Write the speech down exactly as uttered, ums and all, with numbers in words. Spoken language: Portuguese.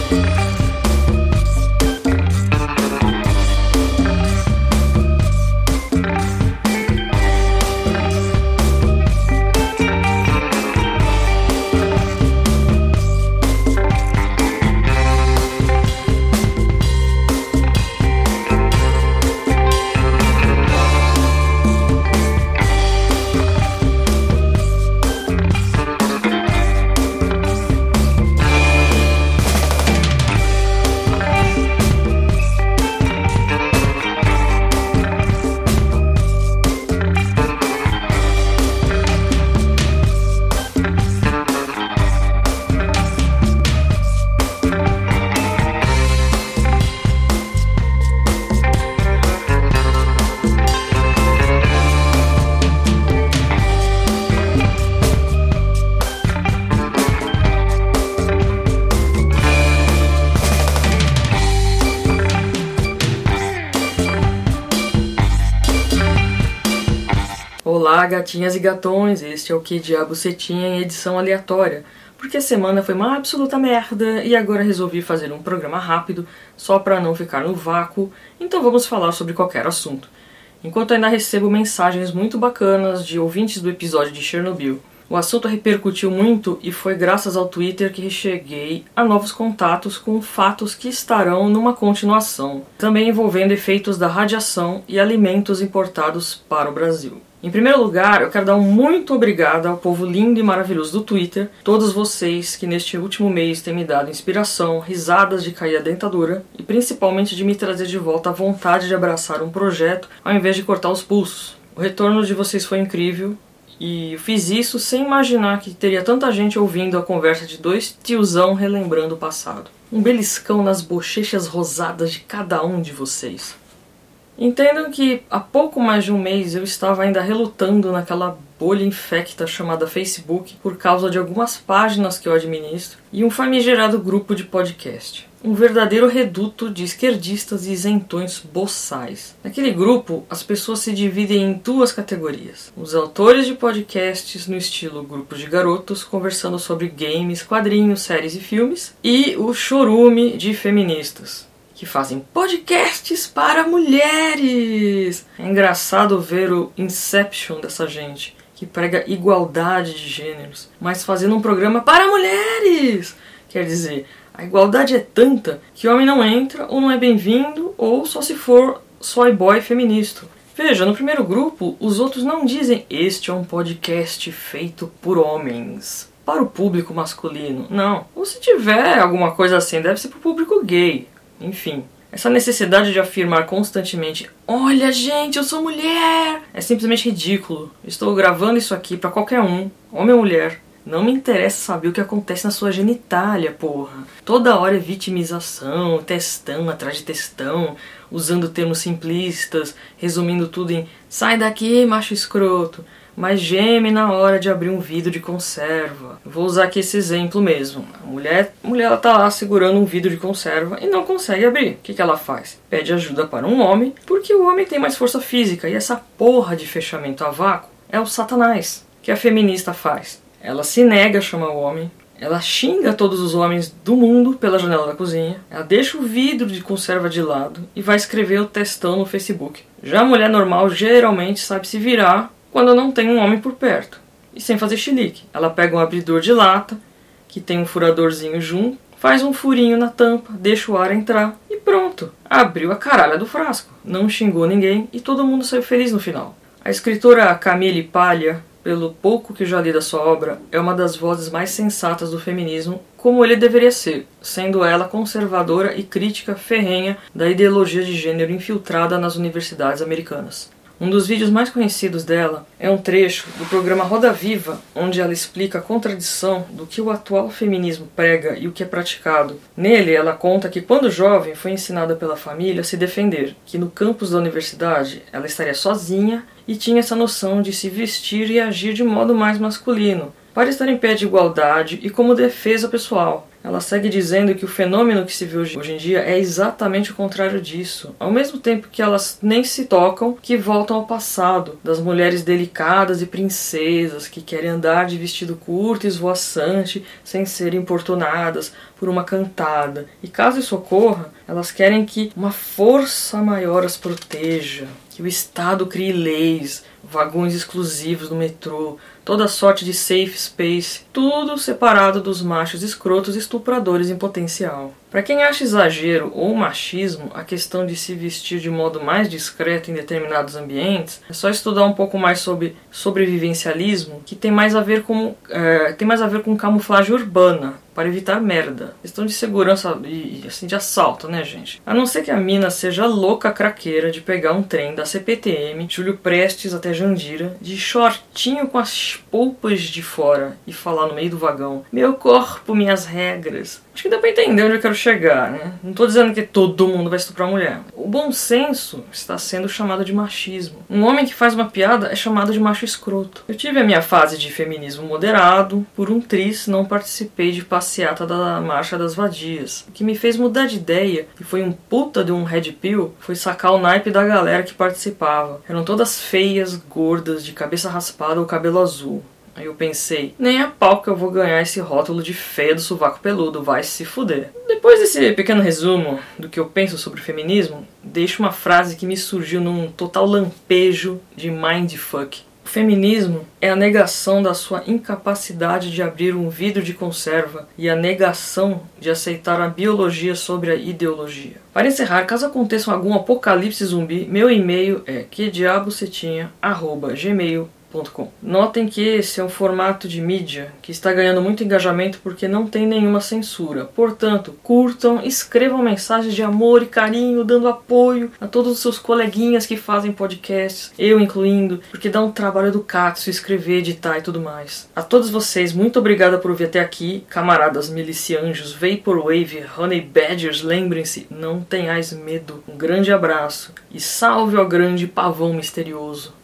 Olá, gatinhas e gatões, este é o Que Diabo Cê Tinha em edição aleatória, porque a semana foi uma absoluta merda e agora resolvi fazer um programa rápido só para não ficar no vácuo, então vamos falar sobre qualquer assunto. Enquanto ainda recebo mensagens muito bacanas de ouvintes do episódio de Chernobyl. O assunto repercutiu muito e foi graças ao Twitter que cheguei a novos contatos com fatos que estarão numa continuação, também envolvendo efeitos da radiação e alimentos importados para o Brasil. Em primeiro lugar, eu quero dar um muito obrigado ao povo lindo e maravilhoso do Twitter, todos vocês que neste último mês têm me dado inspiração, risadas de cair a dentadura e principalmente de me trazer de volta a vontade de abraçar um projeto ao invés de cortar os pulsos. O retorno de vocês foi incrível e eu fiz isso sem imaginar que teria tanta gente ouvindo a conversa de dois tiozão relembrando o passado. Um beliscão nas bochechas rosadas de cada um de vocês. Entendam que há pouco mais de um mês eu estava ainda relutando naquela bolha infecta chamada Facebook por causa de algumas páginas que eu administro e um famigerado grupo de podcast. Um verdadeiro reduto de esquerdistas e isentões boçais. Naquele grupo, as pessoas se dividem em duas categorias. Os autores de podcasts no estilo grupo de garotos conversando sobre games, quadrinhos, séries e filmes, e o chorume de feministas que fazem podcasts para mulheres. É engraçado ver o Inception dessa gente, que prega igualdade de gêneros, mas fazendo um programa para mulheres. Quer dizer, a igualdade é tanta que o homem não entra ou não é bem-vindo, ou só se for soy boy feminista. Veja, no primeiro grupo, os outros não dizem este é um podcast feito por homens, para o público masculino. Não. Ou se tiver alguma coisa assim, deve ser para o público gay. Enfim, essa necessidade de afirmar constantemente olha gente, eu sou mulher, é simplesmente ridículo. Estou gravando isso aqui pra qualquer um, homem ou mulher. Não me interessa saber o que acontece na sua genitália, porra. Toda hora é vitimização, textão atrás de textão, usando termos simplistas, resumindo tudo em sai daqui, macho escroto. Mas geme na hora de abrir um vidro de conserva. Vou usar aqui esse exemplo mesmo. A mulher, a mulher ela tá lá segurando um vidro de conserva e não consegue abrir. O que, que ela faz? Pede ajuda para um homem, porque o homem tem mais força física. E essa porra de fechamento a vácuo é o satanás. O que a feminista faz? Ela se nega a chamar o homem. Ela xinga todos os homens do mundo pela janela da cozinha. Ela deixa o vidro de conserva de lado e vai escrever o textão no Facebook. Já a mulher normal geralmente sabe se virar quando não tem um homem por perto. E sem fazer chilique. Ela pega um abridor de lata, que tem um furadorzinho junto, faz um furinho na tampa, deixa o ar entrar e pronto. Abriu a caralha do frasco. Não xingou ninguém e todo mundo saiu feliz no final. A escritora Camille Paglia, pelo pouco que já li da sua obra, é uma das vozes mais sensatas do feminismo, como ele deveria ser, sendo ela conservadora e crítica ferrenha da ideologia de gênero infiltrada nas universidades americanas. Um dos vídeos mais conhecidos dela é um trecho do programa Roda Viva, onde ela explica a contradição do que o atual feminismo prega e o que é praticado. Nele, ela conta que quando jovem foi ensinada pela família a se defender, que no campus da universidade ela estaria sozinha e tinha essa noção de se vestir e agir de modo mais masculino, para estar em pé de igualdade e como defesa pessoal. Ela segue dizendo que o fenômeno que se vê hoje em dia é exatamente o contrário disso, ao mesmo tempo que elas nem se tocam que voltam ao passado, das mulheres delicadas e princesas que querem andar de vestido curto e esvoaçante sem serem importunadas por uma cantada. E caso isso ocorra, elas querem que uma força maior as proteja, que o Estado crie leis, vagões exclusivos no metrô, toda sorte de safe space, tudo separado dos machos escrotos estupradores em potencial. Para quem acha exagero ou machismo a questão de se vestir de modo mais discreto em determinados ambientes, é só estudar um pouco mais sobre sobrevivencialismo, que tem mais a ver com, é, tem mais a ver com camuflagem urbana, para evitar merda. Questão de segurança e assim de assalto, né, gente? A não ser que a mina seja louca craqueira de pegar um trem da C P T M, Júlio Prestes até Jandira, de shortinho com as polpas de fora e falar no meio do vagão: meu corpo, minhas regras. Acho que dá pra entender onde eu quero chegar, né? Não tô dizendo que todo mundo vai estuprar mulher. O bom senso está sendo chamado de machismo. Um homem que faz uma piada é chamado de macho escroto. Eu tive a minha fase de feminismo moderado, por um tris não participei de passeata da Marcha das Vadias. O que me fez mudar de ideia, e foi um puta de um red pill, foi sacar o naipe da galera que participava. Eram todas feias, gordas, de cabeça raspada ou cabelo azul. Aí eu pensei, nem a pau que eu vou ganhar esse rótulo de feia do sovaco peludo, vai se fuder. Depois desse pequeno resumo do que eu penso sobre feminismo, deixo uma frase que me surgiu num total lampejo de mindfuck. O feminismo é a negação da sua incapacidade de abrir um vidro de conserva e a negação de aceitar a biologia sobre a ideologia. Para encerrar, caso aconteça algum apocalipse zumbi, meu e-mail é que diabo você tinha arroba gmail ponto com. Notem que esse é um formato de mídia que está ganhando muito engajamento porque não tem nenhuma censura. Portanto, curtam, escrevam mensagens de amor e carinho, dando apoio a todos os seus coleguinhas que fazem podcasts, eu incluindo, porque dá um trabalho do cacto escrever, editar e tudo mais. A todos vocês, muito obrigada por vir até aqui, camaradas milicianjos, Vaporwave, Honey Badgers, lembrem-se, não tenhais medo. Um grande abraço e salve ao grande pavão misterioso.